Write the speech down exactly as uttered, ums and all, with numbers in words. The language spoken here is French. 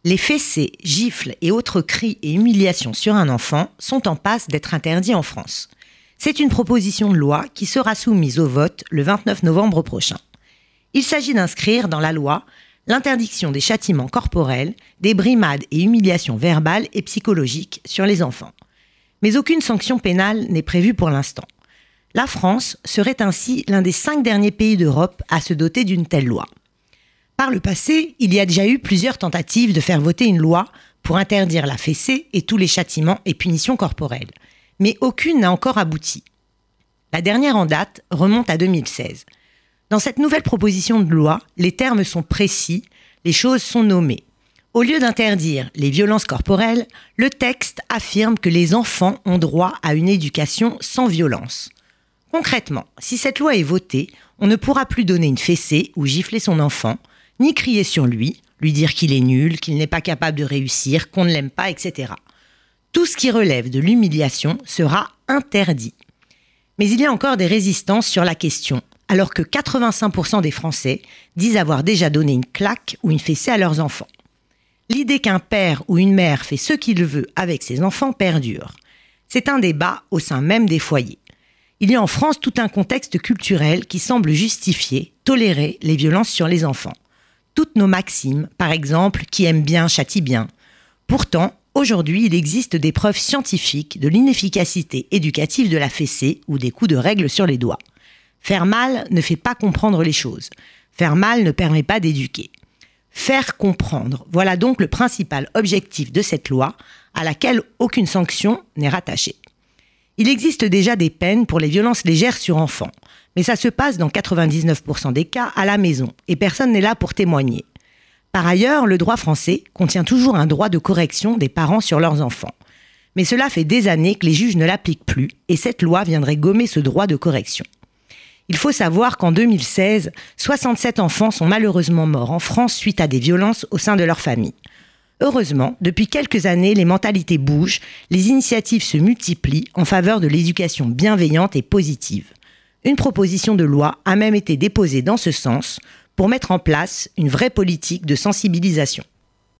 Les fessées, gifles et autres cris et humiliations sur un enfant sont en passe d'être interdits en France. C'est une proposition de loi qui sera soumise au vote le vingt-neuf novembre prochain. Il s'agit d'inscrire dans la loi l'interdiction des châtiments corporels, des brimades et humiliations verbales et psychologiques sur les enfants. Mais aucune sanction pénale n'est prévue pour l'instant. La France serait ainsi l'un des cinq derniers pays d'Europe à se doter d'une telle loi. Par le passé, il y a déjà eu plusieurs tentatives de faire voter une loi pour interdire la fessée et tous les châtiments et punitions corporelles. Mais aucune n'a encore abouti. La dernière en date remonte à deux mille seize. Dans cette nouvelle proposition de loi, les termes sont précis, les choses sont nommées. Au lieu d'interdire les violences corporelles, le texte affirme que les enfants ont droit à une éducation sans violence. Concrètement, si cette loi est votée, on ne pourra plus donner une fessée ou gifler son enfant, ni crier sur lui, lui dire qu'il est nul, qu'il n'est pas capable de réussir, qu'on ne l'aime pas, et cetera. Tout ce qui relève de l'humiliation sera interdit. Mais il y a encore des résistances sur la question, alors que quatre-vingt-cinq pour cent des Français disent avoir déjà donné une claque ou une fessée à leurs enfants. L'idée qu'un père ou une mère fait ce qu'il veut avec ses enfants perdure. C'est un débat au sein même des foyers. Il y a en France tout un contexte culturel qui semble justifier, tolérer les violences sur les enfants. Toutes nos maximes, par exemple, qui aime bien châtie bien. Pourtant, aujourd'hui, il existe des preuves scientifiques de l'inefficacité éducative de la fessée ou des coups de règle sur les doigts. Faire mal ne fait pas comprendre les choses. Faire mal ne permet pas d'éduquer. Faire comprendre, voilà donc le principal objectif de cette loi, à laquelle aucune sanction n'est rattachée. Il existe déjà des peines pour les violences légères sur enfants, mais ça se passe dans quatre-vingt-dix-neuf pour cent des cas à la maison, et personne n'est là pour témoigner. Par ailleurs, le droit français contient toujours un droit de correction des parents sur leurs enfants. Mais cela fait des années que les juges ne l'appliquent plus, et cette loi viendrait gommer ce droit de correction. Il faut savoir qu'en deux mille seize, soixante-sept enfants sont malheureusement morts en France suite à des violences au sein de leur famille. Heureusement, depuis quelques années, les mentalités bougent, les initiatives se multiplient en faveur de l'éducation bienveillante et positive. Une proposition de loi a même été déposée dans ce sens pour mettre en place une vraie politique de sensibilisation.